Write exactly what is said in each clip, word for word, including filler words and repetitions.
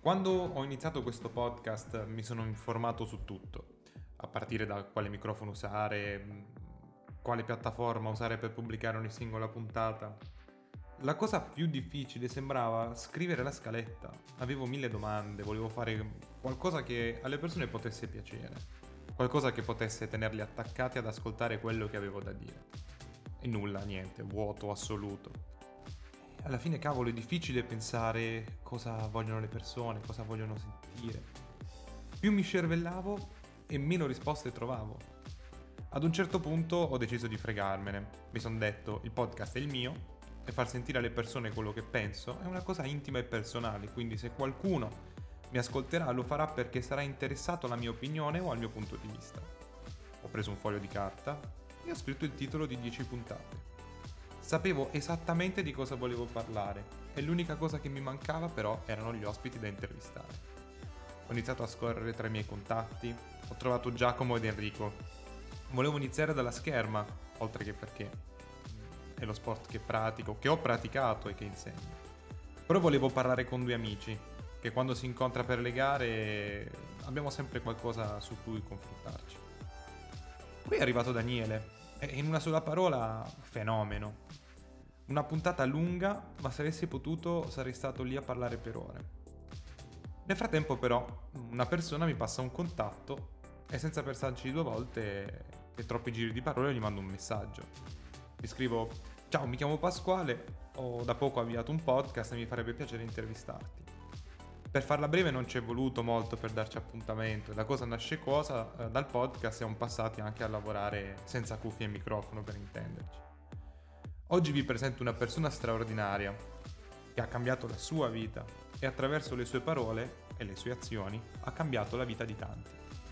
Quando ho iniziato questo podcast mi sono informato su tutto, a partire da quale microfono usare, mh, quale piattaforma usare per pubblicare ogni singola puntata. La cosa più difficile sembrava scrivere la scaletta. Avevo mille domande, volevo fare qualcosa che alle persone potesse piacere, qualcosa che potesse tenerli attaccati ad ascoltare quello che avevo da dire. E nulla, niente, vuoto assoluto. Alla fine, cavolo, è difficile pensare cosa vogliono le persone, cosa vogliono sentire. Più mi scervellavo e meno risposte trovavo. Ad un certo punto ho deciso di fregarmene. Mi sono detto, il podcast è il mio e far sentire alle persone quello che penso è una cosa intima e personale, quindi se qualcuno mi ascolterà lo farà perché sarà interessato alla mia opinione o al mio punto di vista. Ho preso un foglio di carta e ho scritto il titolo di dieci puntate. Sapevo esattamente di cosa volevo parlare e l'unica cosa che mi mancava però erano gli ospiti da intervistare. Ho iniziato a scorrere tra i miei contatti, ho trovato Giacomo ed Enrico. Volevo iniziare dalla scherma, oltre che perché è lo sport che pratico, che ho praticato e che insegno. Però volevo parlare con due amici, che quando si incontra per le gare abbiamo sempre qualcosa su cui confrontarci. Poi è arrivato Daniele, e in una sola parola, fenomeno. Una puntata lunga, ma se avessi potuto sarei stato lì a parlare per ore. Nel frattempo però una persona mi passa un contatto e senza pensarci due volte e troppi giri di parole gli mando un messaggio. Gli scrivo: ciao, mi chiamo Pasquale, ho da poco avviato un podcast e mi farebbe piacere intervistarti. Per farla breve non ci è voluto molto per darci appuntamento, da cosa nasce cosa, eh, dal podcast siamo passati anche a lavorare senza cuffie e microfono, per intenderci. Oggi vi presento una persona straordinaria che ha cambiato la sua vita e attraverso le sue parole e le sue azioni ha cambiato la vita di tanti.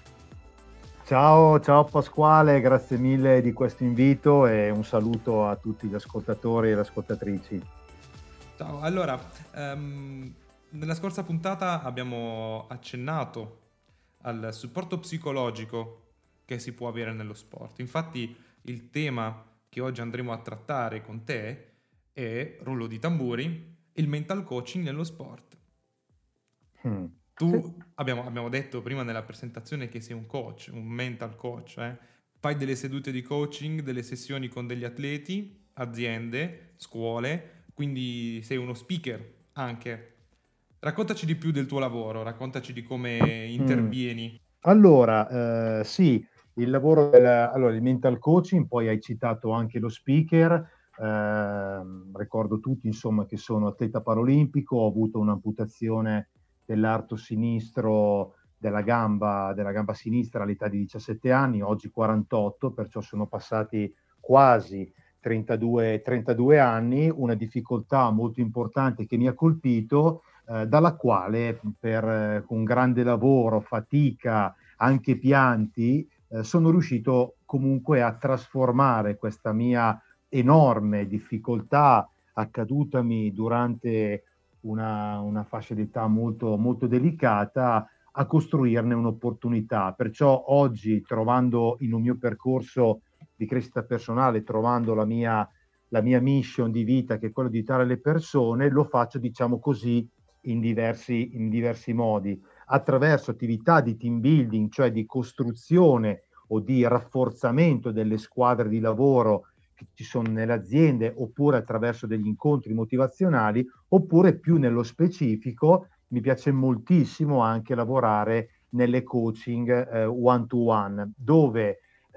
Ciao, ciao Pasquale, grazie mille di questo invito e un saluto a tutti gli ascoltatori e le ascoltatrici. Ciao, allora, um, nella scorsa puntata abbiamo accennato al supporto psicologico che si può avere nello sport. Infatti il tema che oggi andremo a trattare con te è, rullo di tamburi, il mental coaching nello sport. Hmm. Tu Sì. abbiamo, abbiamo detto prima nella presentazione che sei un coach, un mental coach, eh? Fai delle sedute di coaching, delle sessioni con degli atleti, aziende, scuole, quindi sei uno speaker anche. Raccontaci di più del tuo lavoro, raccontaci di come intervieni. Mm. Allora, eh, sì, il lavoro del allora, il mental coaching, poi hai citato anche lo speaker, eh, ricordo tutti insomma che sono atleta paralimpico, ho avuto un'amputazione dell'arto sinistro della gamba, della gamba sinistra all'età di diciassette anni, oggi quarantotto, perciò sono passati quasi trentadue, trentadue anni, una difficoltà molto importante che mi ha colpito, eh, dalla quale per, eh, con grande lavoro, fatica, anche pianti, eh, sono riuscito comunque a trasformare questa mia enorme difficoltà accadutami durante una, una fascia d'età molto, molto delicata, a costruirne un'opportunità. Perciò oggi, trovando in un mio percorso di crescita personale, trovando la mia, la mia mission di vita, che è quello di aiutare le persone, lo faccio, diciamo così, in diversi, in diversi modi, attraverso attività di team building, cioè di costruzione o di rafforzamento delle squadre di lavoro che ci sono nelle aziende, oppure attraverso degli incontri motivazionali, oppure più nello specifico mi piace moltissimo anche lavorare nelle coaching eh, one to one, dove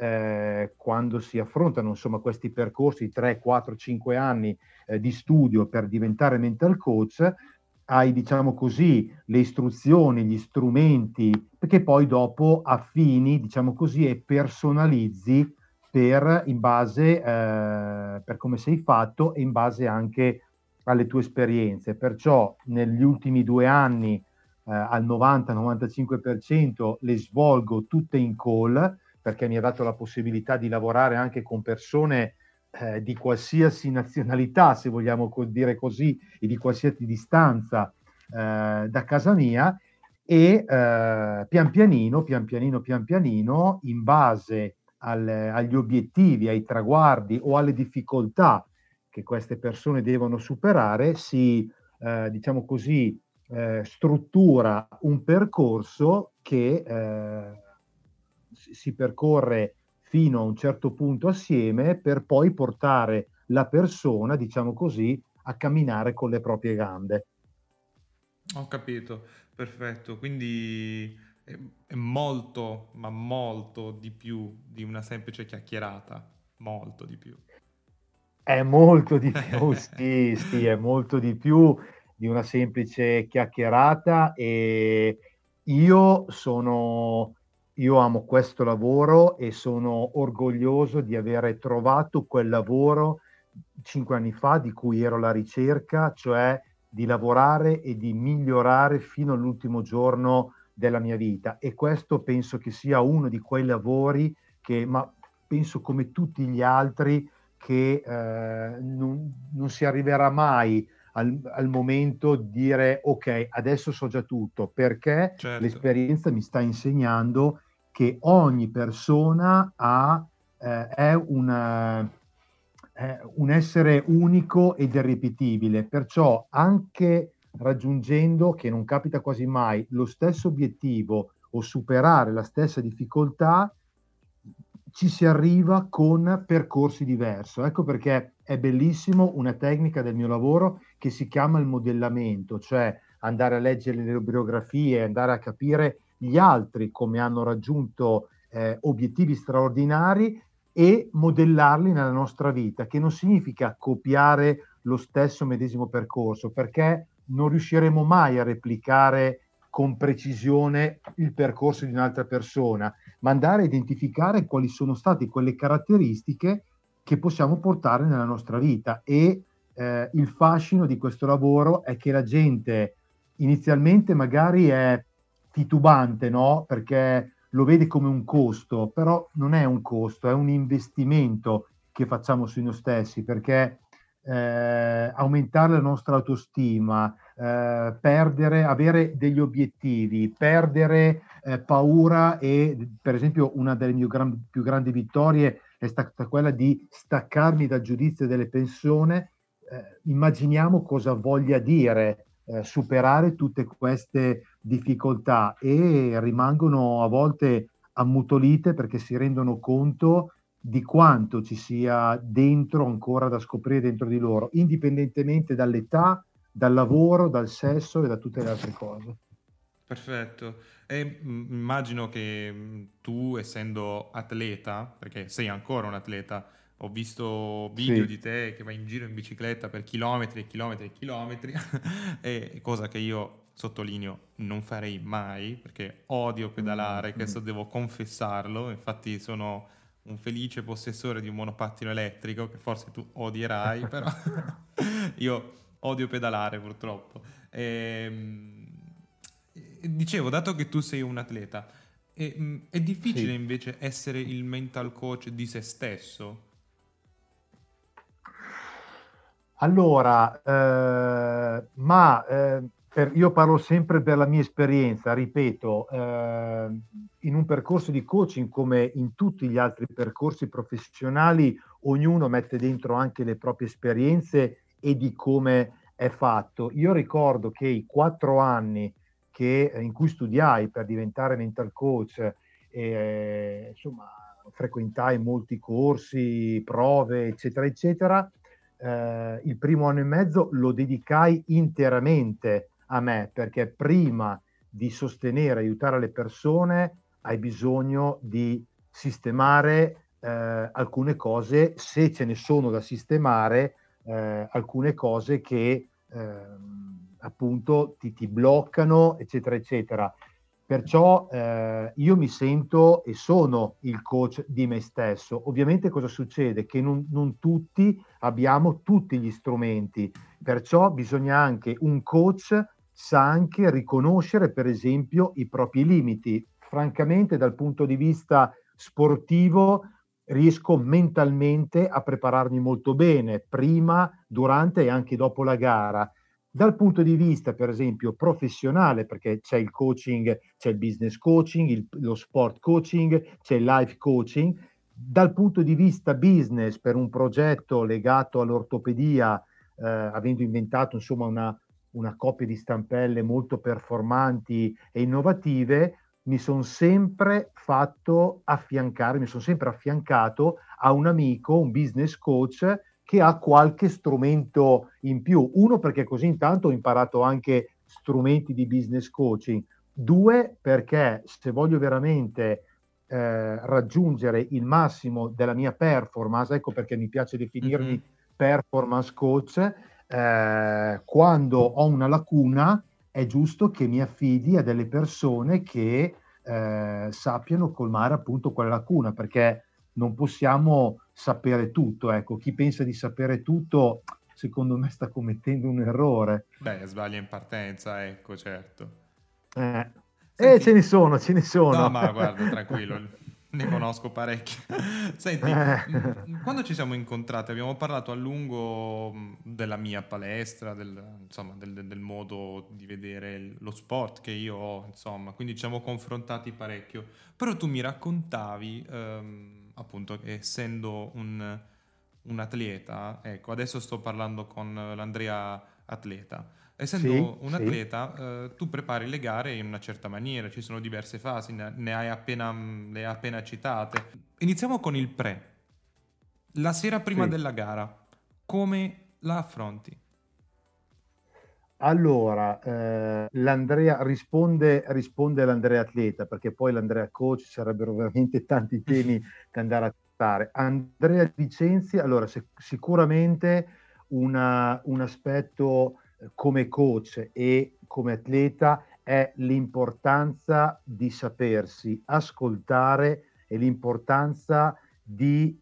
eh, quando si affrontano insomma questi percorsi tre, quattro, cinque anni eh, di studio per diventare mental coach, hai, diciamo così, le istruzioni, gli strumenti, perché poi dopo affini, diciamo così, e personalizzi per, in base, eh, per come sei fatto e in base anche alle tue esperienze. Perciò negli ultimi due anni eh, al novanta novantacinque per cento le svolgo tutte in call, perché mi ha dato la possibilità di lavorare anche con persone eh, di qualsiasi nazionalità, se vogliamo dire così, e di qualsiasi distanza eh, da casa mia, e eh, pian pianino, pian pianino, pian pianino, in base al, agli obiettivi, ai traguardi o alle difficoltà che queste persone devono superare, si, eh, diciamo così, eh, struttura un percorso che eh, si percorre fino a un certo punto assieme per poi portare la persona, diciamo così, a camminare con le proprie gambe. Ho capito, perfetto. Quindi è, è molto, ma molto di più di una semplice chiacchierata. Molto di più. È molto di più, sì, sì, è molto di più di una semplice chiacchierata e io sono, io amo questo lavoro e sono orgoglioso di avere trovato quel lavoro cinque anni fa di cui ero alla ricerca, cioè di lavorare e di migliorare fino all'ultimo giorno della mia vita. E questo penso che sia uno di quei lavori che, ma penso come tutti gli altri, che eh, non, non si arriverà mai al, al momento di dire ok, adesso so già tutto, perché Certo, l'esperienza mi sta insegnando che ogni persona ha, eh, è una, è un essere unico ed irripetibile, perciò anche raggiungendo, che non capita quasi mai, lo stesso obiettivo o superare la stessa difficoltà, ci si arriva con percorsi diversi. Ecco perché è bellissimo una tecnica del mio lavoro che si chiama il modellamento, cioè andare a leggere le biografie, andare a capire gli altri come hanno raggiunto eh, obiettivi straordinari e modellarli nella nostra vita, che non significa copiare lo stesso medesimo percorso, perché non riusciremo mai a replicare con precisione il percorso di un'altra persona, ma andare a identificare quali sono state quelle caratteristiche che possiamo portare nella nostra vita. E eh, il fascino di questo lavoro è che la gente inizialmente magari è titubante, no? Perché lo vede come un costo, però non è un costo, è un investimento che facciamo su noi stessi, perché eh, aumentare la nostra autostima, eh, perdere, avere degli obiettivi, perdere eh, paura e per esempio una delle mie gran, più grandi vittorie è stata quella di staccarmi dal giudizio delle persone. Eh, immaginiamo cosa voglia dire eh, superare tutte queste difficoltà e rimangono a volte ammutolite perché si rendono conto di quanto ci sia dentro ancora da scoprire dentro di loro, indipendentemente dall'età, dal lavoro, dal sesso e da tutte le altre cose. perfetto. E mm, immagino che mm, tu, essendo atleta, perché sei ancora un atleta, ho visto video Sì. di te che vai in giro in bicicletta per chilometri e chilometri e chilometri, e cosa che io sottolineo non farei mai, perché odio Mm, pedalare, mm. questo devo confessarlo, infatti sono un felice possessore di un monopattino elettrico, che forse tu odierai, però io odio pedalare purtroppo. Ehm, e dicevo, dato che tu sei un atleta, è, mh, è difficile Sì. invece essere il mental coach di se stesso? Allora, eh, ma eh, per- io parlo sempre per la mia esperienza, ripeto, eh, in un percorso di coaching come in tutti gli altri percorsi professionali, ognuno mette dentro anche le proprie esperienze e di come è fatto. Io ricordo che i quattro anni che, in cui studiai per diventare mental coach, eh, insomma, frequentai molti corsi, prove, eccetera, eccetera. Eh, il primo anno e mezzo lo dedicai interamente a me, perché prima di sostenere, aiutare le persone, hai bisogno di sistemare eh, alcune cose, se ce ne sono da sistemare, eh, alcune cose che eh, appunto ti, ti bloccano, eccetera, eccetera. Perciò eh, io mi sento e sono il coach di me stesso. Ovviamente cosa succede? Che non, non tutti abbiamo tutti gli strumenti, perciò bisogna anche, un coach sa anche riconoscere per esempio i propri limiti. Francamente dal punto di vista sportivo riesco mentalmente a prepararmi molto bene prima, durante e anche dopo la gara. Dal punto di vista, per esempio, professionale, perché c'è il coaching, c'è il business coaching, il, lo sport coaching, c'è il life coaching. Dal punto di vista business, per un progetto legato all'ortopedia, eh, avendo inventato insomma una, una coppia di stampelle molto performanti e innovative, mi sono sempre fatto affiancare, mi sono sempre affiancato a un amico, un business coach che ha qualche strumento in più. Uno, perché così intanto ho imparato anche strumenti di business coaching. Due, perché se voglio veramente eh, raggiungere il massimo della mia performance, ecco perché mi piace definirmi Mhm. performance coach, eh, quando ho una lacuna è giusto che mi affidi a delle persone che eh, sappiano colmare appunto quella lacuna, perché non possiamo sapere tutto. Ecco, chi pensa di sapere tutto, secondo me sta commettendo un errore. Beh, sbaglia in partenza, ecco, certo. Eh, eh, ce Senti, ne sono, ce ne no, sono. ma guarda, tranquillo, ne conosco parecchi. Senti, Eh, mh, quando ci siamo incontrati abbiamo parlato a lungo mh, della mia palestra, del, insomma, del, del- del modo di vedere il- lo sport che io ho, insomma, quindi ci siamo confrontati parecchio. Però tu mi raccontavi, ehm, appunto, che essendo un, un atleta, ecco, adesso sto parlando con l'Andrea atleta. sì, Essendo un sì. atleta, eh, tu prepari le gare in una certa maniera, ci sono diverse fasi, ne, ne hai appena, mh, le hai appena citate. Iniziamo con il pre. La sera prima Sì. della gara, come la affronti? Allora, eh, l'Andrea risponde, risponde l'Andrea atleta, perché poi l'Andrea coach sarebbero veramente tanti temi da andare a trattare. Andrea Vicenzi, allora, se- sicuramente una- un aspetto eh, come coach e come atleta è l'importanza di sapersi ascoltare e l'importanza di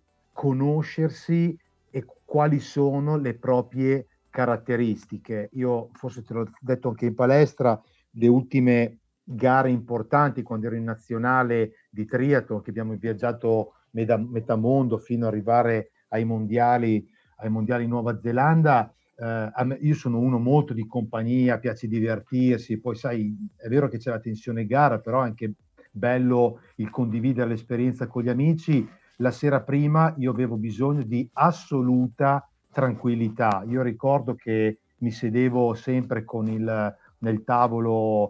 conoscersi e quali sono le proprie caratteristiche. Io forse te l'ho detto anche in palestra, le ultime gare importanti quando ero in nazionale di triathlon, che abbiamo viaggiato metà, metà mondo fino ad arrivare ai mondiali, ai mondiali in Nuova Zelanda. Eh, a me- io sono uno molto di compagnia, piace divertirsi, poi sai, è vero che c'è la tensione gara, però è anche bello il condividere l'esperienza con gli amici. La sera prima io avevo bisogno di assoluta tranquillità. Io ricordo che mi sedevo sempre con il, nel tavolo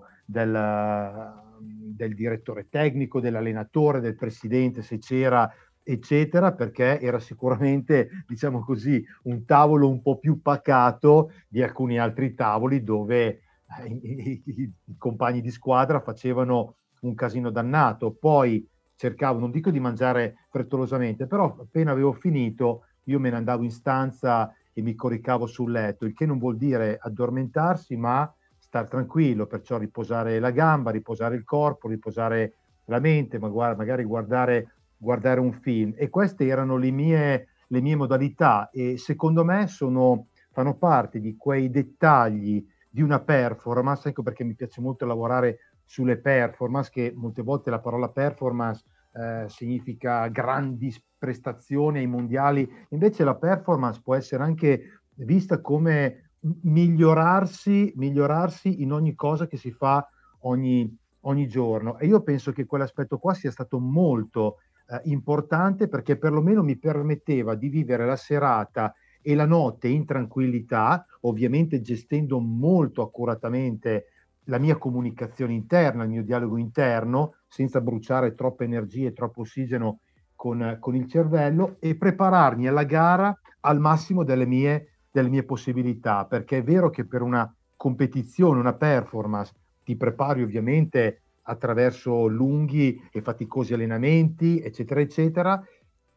del, del direttore tecnico, dell'allenatore, del presidente, se c'era, eccetera, perché era sicuramente, diciamo così, un tavolo un po' più pacato di alcuni altri tavoli dove eh, i, i, i compagni di squadra facevano un casino dannato. Poi cercavo, non dico di mangiare frettolosamente, però appena avevo finito io me ne andavo in stanza e mi coricavo sul letto, il che non vuol dire addormentarsi, ma star tranquillo, perciò riposare la gamba, riposare il corpo, riposare la mente, magari guardare, guardare un film. E queste erano le mie, le mie modalità e secondo me sono, fanno parte di quei dettagli di una performance, ecco perché mi piace molto lavorare sulle performance, che molte volte la parola performance eh, significa grandi prestazioni ai mondiali, invece la performance può essere anche vista come migliorarsi, migliorarsi in ogni cosa che si fa ogni, ogni giorno. E io penso che quell'aspetto qua sia stato molto eh, importante perché perlomeno mi permetteva di vivere la serata e la notte in tranquillità, ovviamente gestendo molto accuratamente la mia comunicazione interna, il mio dialogo interno, senza bruciare troppa energia e troppo ossigeno con, con il cervello e prepararmi alla gara al massimo delle mie, delle mie possibilità, perché è vero che per una competizione, una performance, ti prepari ovviamente attraverso lunghi e faticosi allenamenti, eccetera, eccetera,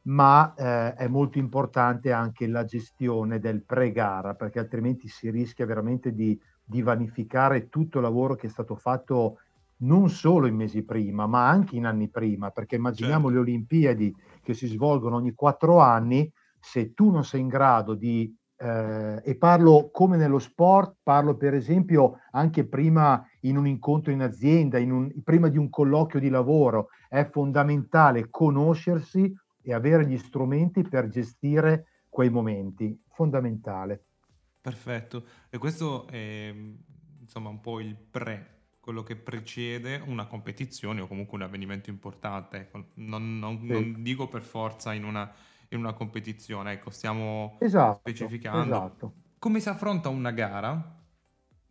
ma eh, è molto importante anche la gestione del pre-gara, perché altrimenti si rischia veramente di, di vanificare tutto il lavoro che è stato fatto non solo in mesi prima, ma anche in anni prima, perché immaginiamo Certo. le Olimpiadi che si svolgono ogni quattro anni, se tu non sei in grado di, eh, e parlo come nello sport, parlo per esempio anche prima in un incontro in azienda, in un, prima di un colloquio di lavoro, è fondamentale conoscersi e avere gli strumenti per gestire quei momenti, fondamentale. Perfetto. E questo è insomma un po' il pre, quello che precede una competizione o comunque un avvenimento importante. Ecco, non, non- Sì. non dico per forza in una, in una competizione, ecco, stiamo Esatto, specificando esatto. come si affronta una gara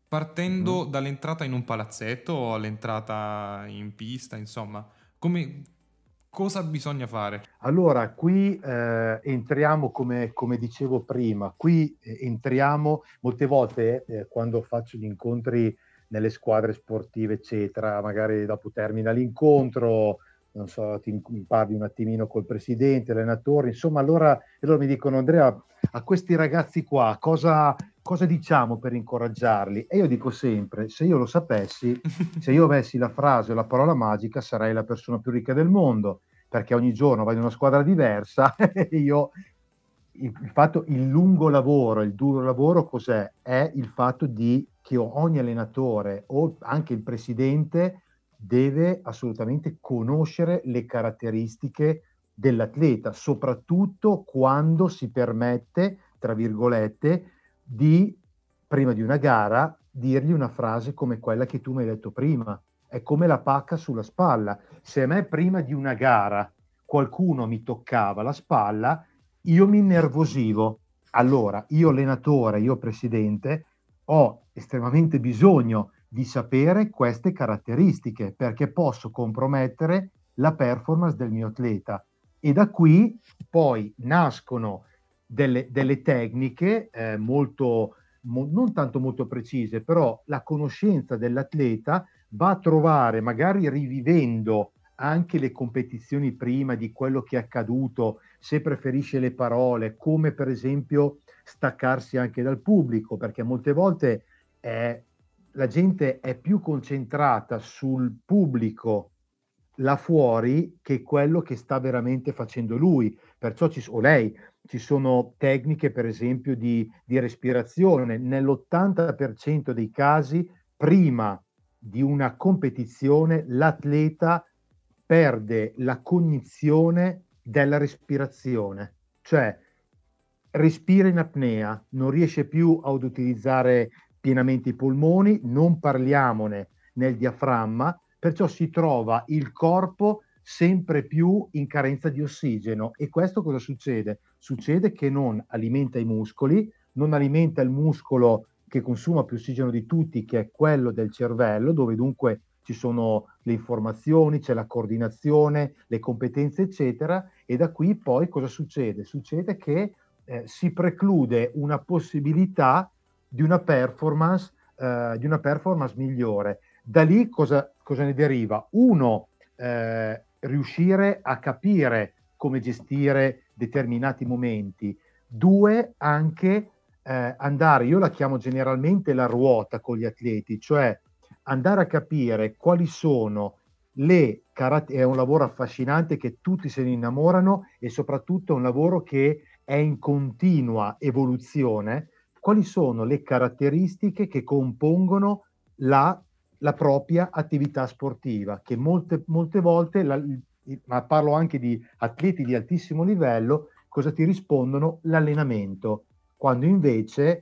partendo Mhm. dall'entrata in un palazzetto o all'entrata in pista, insomma, come, cosa bisogna fare? Allora, qui eh, entriamo come, come dicevo prima, qui eh, entriamo molte volte eh, quando faccio gli incontri nelle squadre sportive, eccetera, magari dopo termina l'incontro, non so, ti parli un attimino col presidente, allenatore, insomma, allora, allora mi dicono: Andrea, a questi ragazzi qua cosa, cosa diciamo per incoraggiarli? E io dico sempre: se io lo sapessi, se io avessi la frase o la parola magica, sarei la persona più ricca del mondo, perché ogni giorno vai in una squadra diversa e io il, il fatto, il lungo lavoro, il duro lavoro cos'è? È il fatto di che ogni allenatore o anche il presidente deve assolutamente conoscere le caratteristiche dell'atleta, soprattutto quando si permette, tra virgolette, di, prima di una gara, dirgli una frase come quella che tu mi hai detto prima. È come la pacca sulla spalla. Se a me prima di una gara qualcuno mi toccava la spalla, io mi innervosivo. Allora, io allenatore, io presidente, ho estremamente bisogno di sapere queste caratteristiche perché posso compromettere la performance del mio atleta. E da qui poi nascono delle, delle tecniche eh, molto, mo, non tanto molto precise, però la conoscenza dell'atleta va a trovare, magari rivivendo anche le competizioni prima di quello che è accaduto, se preferisce le parole, come per esempio staccarsi anche dal pubblico, perché molte volte è, la gente è più concentrata sul pubblico là fuori che quello che sta veramente facendo lui, perciò ci, o lei. Ci sono tecniche, per esempio, di, di respirazione. Nell'ottanta per cento dei casi, prima di una competizione, l'atleta perde la cognizione della respirazione, cioè respira in apnea, non riesce più ad utilizzare pienamente i polmoni, non parliamone nel diaframma, perciò si trova il corpo sempre più in carenza di ossigeno. E questo cosa succede? Succede che non alimenta i muscoli, non alimenta il muscolo che consuma più ossigeno di tutti, che è quello del cervello, dove dunque ci sono le informazioni, c'è la coordinazione, le competenze, eccetera. E da qui poi cosa succede? Succede che eh, si preclude una possibilità di una performance, eh, di una performance migliore. Da lì cosa, cosa ne deriva? Uno, eh, riuscire a capire come gestire determinati momenti. Due, anche eh, andare, io la chiamo generalmente la ruota con gli atleti, cioè andare a capire quali sono le caratteristiche. È un lavoro affascinante che tutti se ne innamorano e soprattutto è un lavoro che è in continua evoluzione. Quali sono le caratteristiche che compongono la, la propria attività sportiva, che molte, molte volte, la, ma parlo anche di atleti di altissimo livello, cosa ti rispondono? L'allenamento, quando invece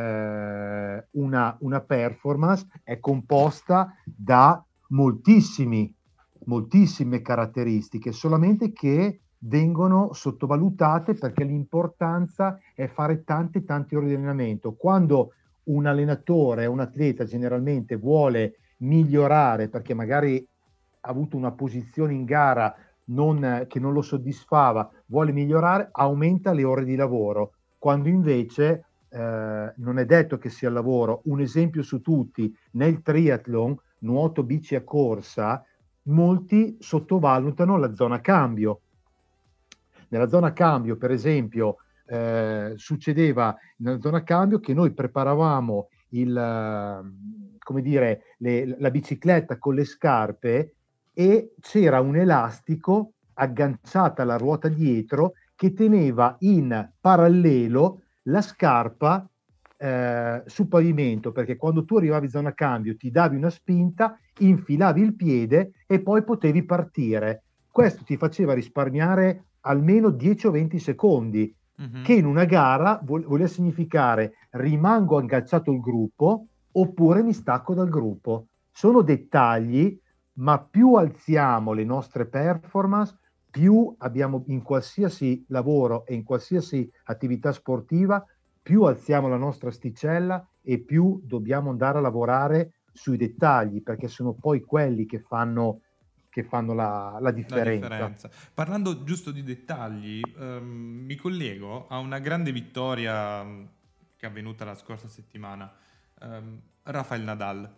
eh, una, una performance è composta da moltissimi, moltissime caratteristiche, solamente che vengono sottovalutate perché l'importanza è fare tante tante ore di allenamento. Quando un allenatore, un atleta generalmente vuole migliorare perché magari ha avuto una posizione in gara non, che non lo soddisfava, vuole migliorare, aumenta le ore di lavoro, quando invece eh, non è detto che sia il lavoro. Un esempio su tutti: nel triathlon, nuoto, bici a corsa, molti sottovalutano la zona cambio. Nella zona cambio, per esempio, eh, succedeva nella zona cambio che noi preparavamo il, come dire, le, la bicicletta con le scarpe e c'era un elastico agganciata alla ruota dietro che teneva in parallelo la scarpa eh, sul pavimento, perché quando tu arrivavi in zona cambio ti davi una spinta, infilavi il piede e poi potevi partire. Questo ti faceva risparmiare almeno dieci o venti secondi, mm-hmm. che in una gara vo- voleva significare rimango agganciato al gruppo oppure mi stacco dal gruppo. Sono dettagli, ma più alziamo le nostre performance, più abbiamo in qualsiasi lavoro e in qualsiasi attività sportiva, più alziamo la nostra asticella e più dobbiamo andare a lavorare sui dettagli, perché sono poi quelli che fanno, che fanno la, la differenza. La differenza. Parlando giusto di dettagli, ehm, mi collego a una grande vittoria mh, che è avvenuta la scorsa settimana. Ehm, Rafael Nadal.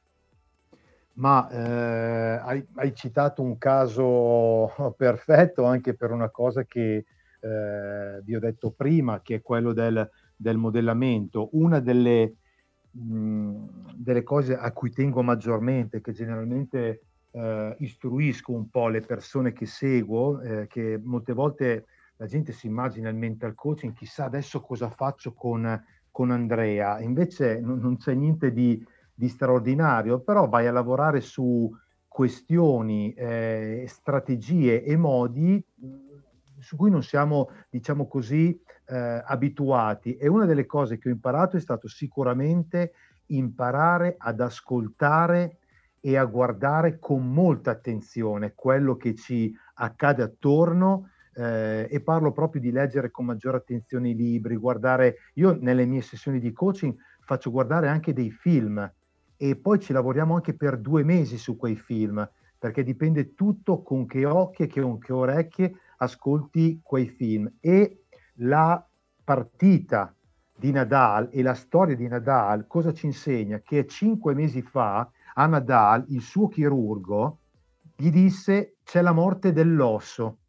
Ma eh, hai, hai citato un caso perfetto anche per una cosa che eh, vi ho detto prima, che è quello del, del modellamento. Una delle, mh, delle cose a cui tengo maggiormente, che generalmente eh, istruisco un po' le persone che seguo, eh, che molte volte la gente si immagina il mental coaching, chissà adesso cosa faccio con, con Andrea, invece non, non c'è niente di di straordinario, però vai a lavorare su questioni, eh, strategie e modi su cui non siamo, diciamo così, eh, abituati. E una delle cose che ho imparato è stato sicuramente imparare ad ascoltare e a guardare con molta attenzione quello che ci accade attorno, eh, e parlo proprio di leggere con maggiore attenzione i libri, guardare, io nelle mie sessioni di coaching faccio guardare anche dei film e poi ci lavoriamo anche per due mesi su quei film, perché dipende tutto con che occhi e con che orecchie ascolti quei film. E la partita di Nadal e la storia di Nadal cosa ci insegna? Che cinque mesi fa a Nadal il suo chirurgo gli disse c'è la morte dell'osso.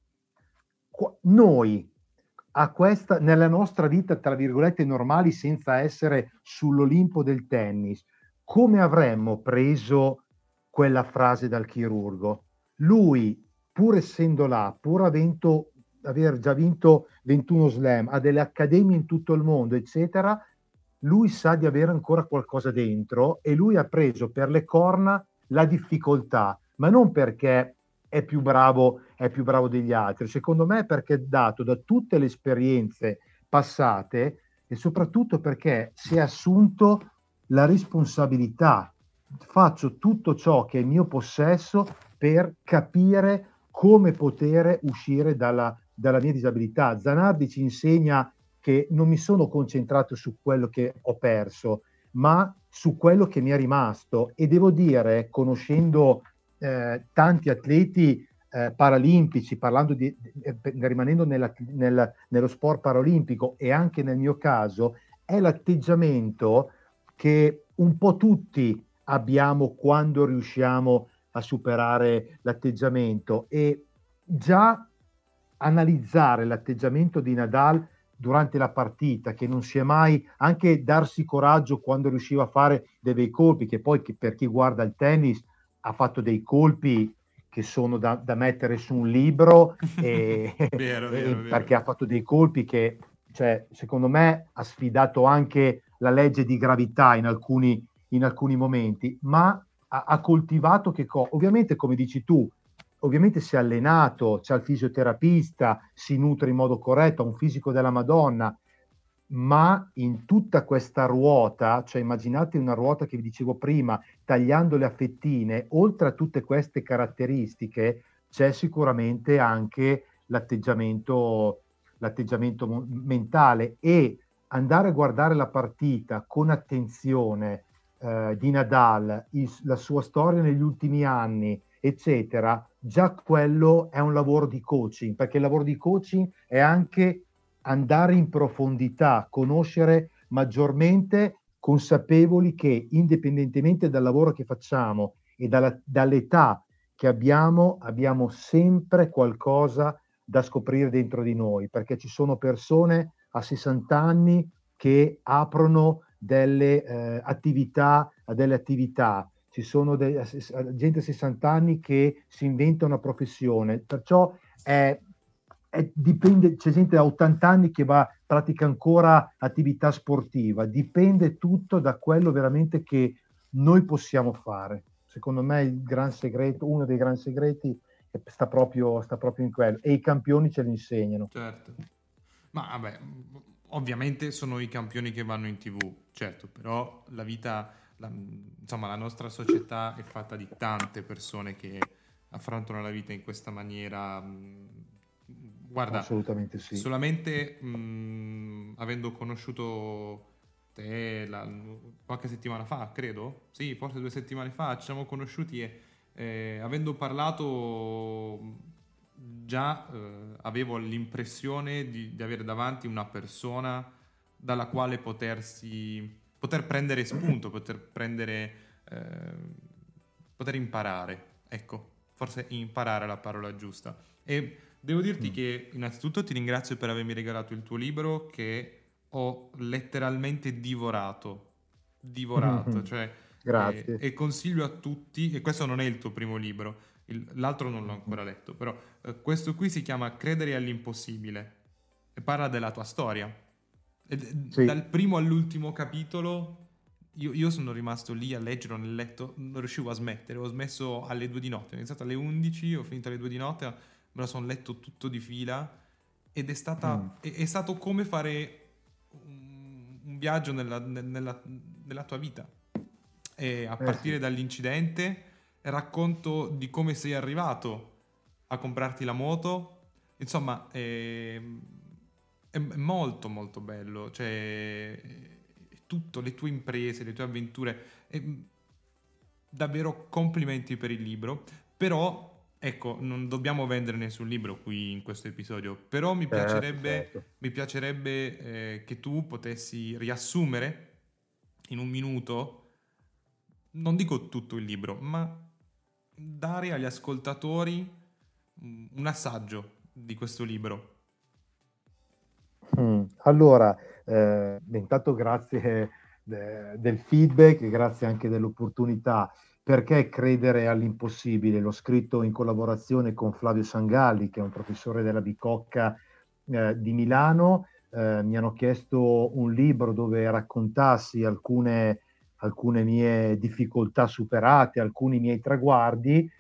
Noi a questa, nella nostra vita, tra virgolette, normali, senza essere sull'Olimpo del tennis, come avremmo preso quella frase dal chirurgo? Lui, pur essendo là, pur avendo, aver già vinto ventuno slam, ha delle accademie in tutto il mondo, eccetera, lui sa di avere ancora qualcosa dentro e lui ha preso per le corna la difficoltà, ma non perché è più bravo, è più bravo degli altri, secondo me perché è dato da tutte le esperienze passate e soprattutto perché si è assunto la responsabilità. Faccio tutto ciò che è in mio possesso per capire come poter uscire dalla, dalla mia disabilità. Zanardi ci insegna che non mi sono concentrato su quello che ho perso, ma su quello che mi è rimasto. E devo dire, conoscendo eh, tanti atleti eh, paralimpici, parlando di, eh, rimanendo nella, nel, nello sport paralimpico e anche nel mio caso, è l'atteggiamento che un po' tutti abbiamo quando riusciamo a superare l'atteggiamento. E già analizzare l'atteggiamento di Nadal durante la partita, che non si è mai, anche darsi coraggio quando riusciva a fare dei bei colpi, che poi che per chi guarda il tennis ha fatto dei colpi che sono da, da mettere su un libro e, vero, e vero, perché vero. ha fatto dei colpi che, cioè, secondo me ha sfidato anche la legge di gravità in alcuni, in alcuni momenti, ma ha, ha coltivato che cosa? Ovviamente, come dici tu, ovviamente si è allenato, c'è il fisioterapista, si nutre in modo corretto, ha un fisico della Madonna, ma in tutta questa ruota, cioè immaginate una ruota che vi dicevo prima, tagliando le affettine, oltre a tutte queste caratteristiche, c'è sicuramente anche l'atteggiamento, l'atteggiamento mentale, e andare a guardare la partita con attenzione eh, di Nadal, il, la sua storia negli ultimi anni, eccetera, già quello è un lavoro di coaching, perché il lavoro di coaching è anche andare in profondità, conoscere maggiormente, consapevoli che indipendentemente dal lavoro che facciamo e dalla, dall'età che abbiamo, abbiamo sempre qualcosa da scoprire dentro di noi, perché ci sono persone a sessanta anni che aprono delle eh, attività a delle attività, ci sono de- gente a sessanta anni che si inventa una professione, perciò è, è, dipende, c'è gente a ottanta anni che va, pratica ancora attività sportiva, dipende tutto da quello veramente che noi possiamo fare. Secondo me il gran segreto, uno dei gran segreti sta proprio, sta proprio in quello, e i campioni ce lo insegnano. Certo. Ma vabbè, ovviamente sono i campioni che vanno in tivù, certo, però la vita, la, insomma, la nostra società è fatta di tante persone che affrontano la vita in questa maniera, Guarda, assolutamente sì. solamente mh, avendo conosciuto te la- qualche settimana fa, credo, sì, forse due settimane fa, ci siamo conosciuti e eh, avendo parlato già eh, avevo l'impressione di, di avere davanti una persona dalla quale potersi, poter prendere spunto, poter prendere, eh, poter imparare. Ecco, forse imparare è la parola giusta. E devo dirti Mm. che innanzitutto ti ringrazio per avermi regalato il tuo libro che ho letteralmente divorato, divorato, cioè eh, Grazie. e consiglio a tutti, e questo non è il tuo primo libro, il- l'altro non l'ho ancora letto, però eh, questo qui si chiama Credere all'impossibile e parla della tua storia. E d- Sì. dal primo all'ultimo capitolo io, io sono rimasto lì a leggerlo nel letto, non riuscivo a smettere, ho smesso alle due di notte, ho iniziato alle undici, ho finito alle due di notte, me lo sono letto tutto di fila ed è, Mm. stata, è, è stato come fare un, un viaggio nella, nella, nella tua vita. E a Eh partire sì. dall'incidente racconto di come sei arrivato a comprarti la moto. Insomma, è, è molto molto bello. Cioè, è tutto, le tue imprese, le tue avventure. È, davvero complimenti per il libro. Però, ecco, non dobbiamo vendere nessun libro qui in questo episodio. Però mi Certo, piacerebbe, certo. mi piacerebbe eh, che tu potessi riassumere in un minuto, non dico tutto il libro, ma dare agli ascoltatori mm, un assaggio di questo libro. Mm. Allora, eh, intanto grazie eh, del feedback e grazie anche dell'opportunità. Perché credere all'impossibile? L'ho scritto in collaborazione con Flavio Sangalli, che è un professore della Bicocca eh, di Milano. Eh, mi hanno chiesto un libro dove raccontassi alcune, alcune mie difficoltà superate, alcuni miei traguardi,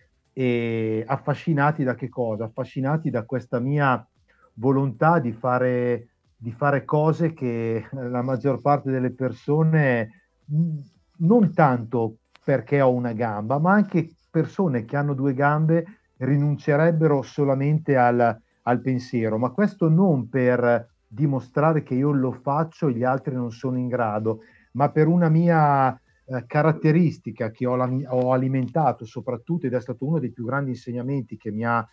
e affascinati da che cosa? Affascinati da questa mia volontà di fare di fare cose che la maggior parte delle persone, mh, non tanto perché ho una gamba, ma anche persone che hanno due gambe rinuncerebbero solamente al, al pensiero, ma questo non per dimostrare che io lo faccio e gli altri non sono in grado, ma per una mia eh, caratteristica che ho, la, ho alimentato soprattutto, ed è stato uno dei più grandi insegnamenti che mi ha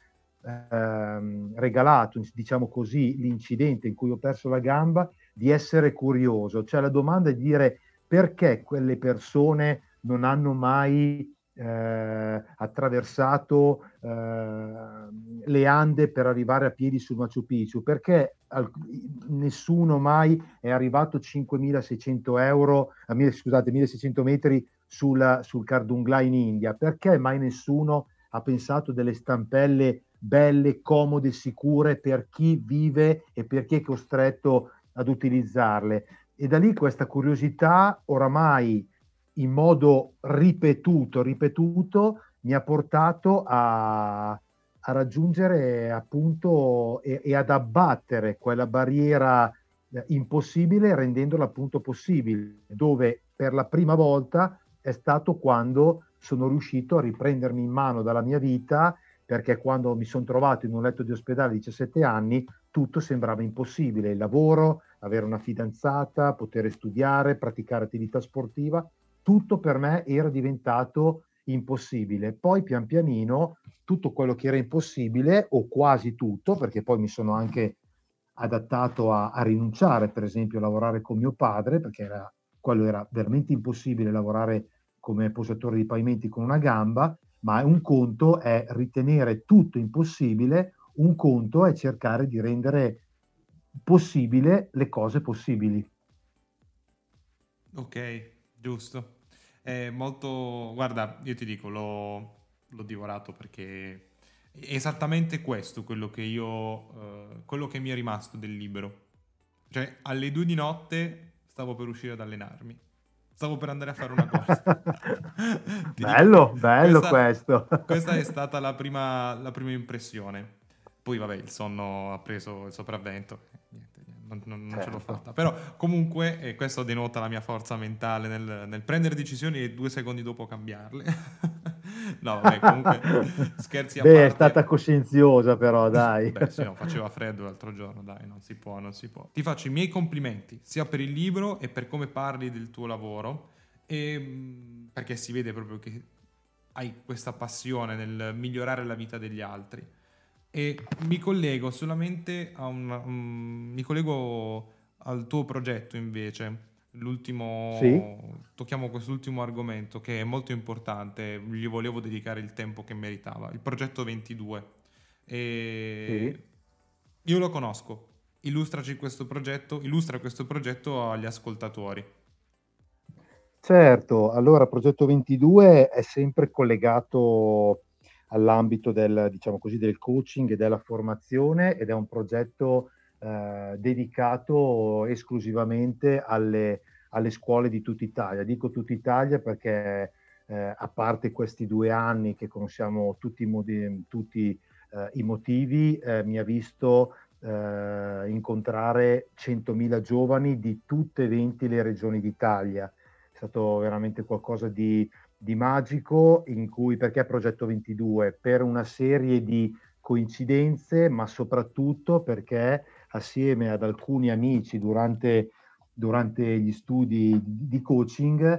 ehm, regalato, diciamo così, l'incidente in cui ho perso la gamba, di essere curioso. Cioè la domanda è di dire perché quelle persone non hanno mai eh, attraversato eh, le Ande per arrivare a piedi sul Machu Picchu, perché al, nessuno mai è arrivato cinquemilaseicento euro, a, scusate, milleseicento metri sul, sul Kardungla in India, perché mai nessuno ha pensato delle stampelle belle, comode, sicure per chi vive e per chi è costretto ad utilizzarle. E da lì questa curiosità oramai in modo ripetuto, ripetuto, mi ha portato a, a raggiungere appunto e, e ad abbattere quella barriera eh, impossibile rendendola appunto possibile, dove per la prima volta è stato quando sono riuscito a riprendermi in mano dalla mia vita, perché quando mi sono trovato in un letto di ospedale a diciassette anni tutto sembrava impossibile, il lavoro, avere una fidanzata, poter studiare, praticare attività sportiva, tutto per me era diventato impossibile. Poi pian pianino tutto quello che era impossibile, o quasi tutto, perché poi mi sono anche adattato a, a rinunciare, per esempio, a lavorare con mio padre, perché era, quello era veramente impossibile lavorare come posatore di pavimenti con una gamba, ma un conto è ritenere tutto impossibile, un conto è cercare di rendere possibile le cose possibili. Ok, giusto. È molto... Guarda, io ti dico, l'ho, l'ho divorato perché è esattamente questo quello che io... eh, quello che mi è rimasto del libro. Cioè, alle due di notte stavo per uscire ad allenarmi. Stavo per andare a fare una corsa. Ti dico che Bello, bello questa, questo. questa è stata la prima, la prima impressione. Poi, vabbè, il sonno ha preso il sopravvento. Niente, non, non- non ce l'ho Certo. fatta. Però, comunque, eh, questo denota la mia forza mentale nel, nel prendere decisioni e due secondi dopo cambiarle. No, vabbè, comunque scherzi a Beh, parte. è stata coscienziosa però, dai. Beh, sì, no, faceva freddo l'altro giorno, dai, non si può, non si può. Ti faccio i miei complimenti, sia per il libro e per come parli del tuo lavoro, e, mh, perché si vede proprio che hai questa passione nel migliorare la vita degli altri. E mi collego solamente a un, um, mi collego al tuo progetto invece. Sì, L'ultimo, tocchiamo quest'ultimo argomento che è molto importante, gli volevo dedicare il tempo che meritava, il progetto ventidue. sì. E io lo conosco, illustraci questo progetto, illustra questo progetto agli ascoltatori. Certo, allora Progetto ventidue è sempre collegato all'ambito del, diciamo così, del coaching e della formazione ed è un progetto eh, dedicato esclusivamente alle, alle scuole di tutta Italia. Dico tutta Italia perché eh, a parte questi due anni che conosciamo tutti i, modi- tutti, eh, i motivi, eh, mi ha visto eh, incontrare centomila giovani di tutte e venti le regioni d'Italia. È stato veramente qualcosa di, di magico in cui, perché Progetto ventidue? Per una serie di coincidenze, ma soprattutto perché assieme ad alcuni amici durante, durante gli studi di, di coaching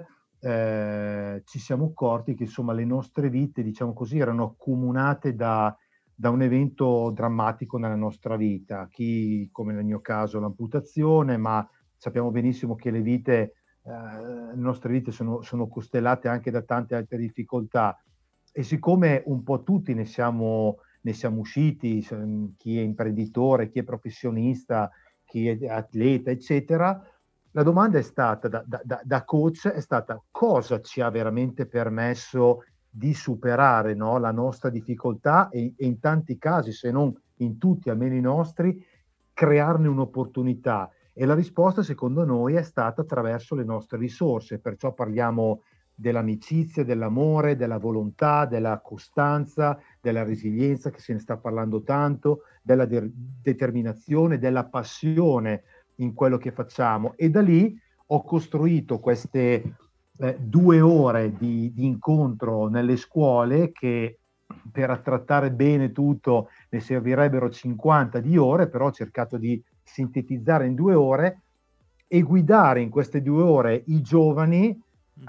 eh, ci siamo accorti che insomma le nostre vite, diciamo così, erano accomunate da, da un evento drammatico nella nostra vita. Chi, come nel mio caso, l'amputazione, ma sappiamo benissimo che le vite eh, le nostre vite sono, sono costellate anche da tante altre difficoltà e siccome un po' tutti ne siamo, ne siamo usciti, chi è imprenditore, chi è professionista, chi è atleta, eccetera, la domanda è stata da, da, da coach è stata cosa ci ha veramente permesso di superare, no, la nostra difficoltà e, e in tanti casi, se non in tutti, almeno i nostri, crearne un'opportunità. E la risposta, secondo noi, è stata attraverso le nostre risorse, perciò parliamo dell'amicizia, dell'amore, della volontà, della costanza, della resilienza, che se ne sta parlando tanto, della de- determinazione, della passione in quello che facciamo. E da lì ho costruito queste eh, due ore di, di incontro nelle scuole che per trattare bene tutto ne servirebbero cinquanta di ore, però ho cercato di sintetizzare in due ore e guidare in queste due ore i giovani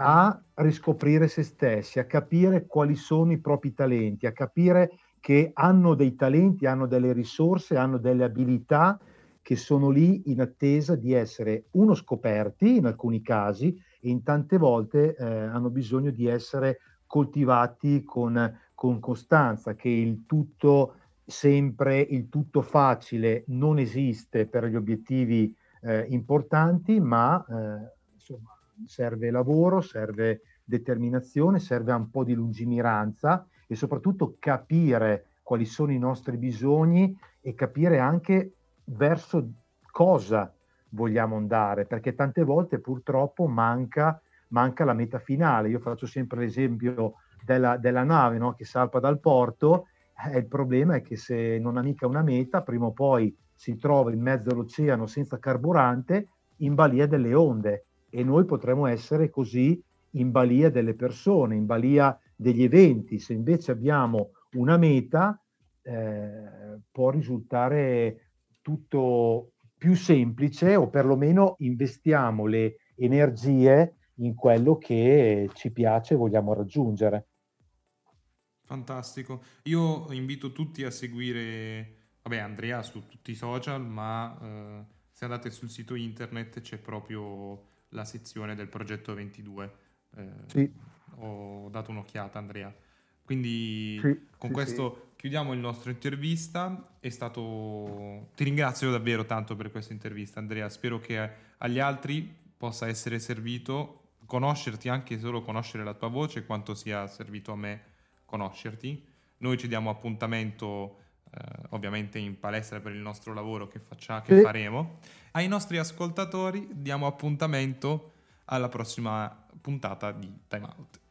a riscoprire se stessi, a capire quali sono i propri talenti, a capire che hanno dei talenti, hanno delle risorse, hanno delle abilità che sono lì in attesa di essere, uno, scoperti in alcuni casi e in tante volte eh, hanno bisogno di essere coltivati con, con costanza, che il tutto sempre, il tutto facile non esiste per gli obiettivi eh, importanti, ma eh, insomma serve lavoro, serve determinazione, serve un po' di lungimiranza e soprattutto capire quali sono i nostri bisogni e capire anche verso cosa vogliamo andare, perché tante volte purtroppo manca, manca la meta finale. Io faccio sempre l'esempio della, della nave, no? Che salpa dal porto. Eh, il problema è che se non ha mica una meta, prima o poi si trova in mezzo all'oceano senza carburante, in balia delle onde. E noi potremmo essere così in balia delle persone, in balia degli eventi. Se invece abbiamo una meta, eh, può risultare tutto più semplice o perlomeno investiamo le energie in quello che ci piace e vogliamo raggiungere. Fantastico. Io invito tutti a seguire, vabbè, Andrea su tutti i social, ma eh, se andate sul sito internet c'è proprio la sezione del progetto ventidue. Eh, Sì, ho dato un'occhiata, Andrea. Quindi sì, con sì, sì. questo chiudiamo il nostro intervista. È stato... Ti ringrazio davvero tanto per questa intervista, Andrea. Spero che agli altri possa essere servito conoscerti, anche solo conoscere la tua voce, quanto sia servito a me conoscerti. Noi ci diamo appuntamento eh, ovviamente in palestra per il nostro lavoro che, faccia, che Sì. faremo. Ai nostri ascoltatori diamo appuntamento alla prossima puntata di Time Out.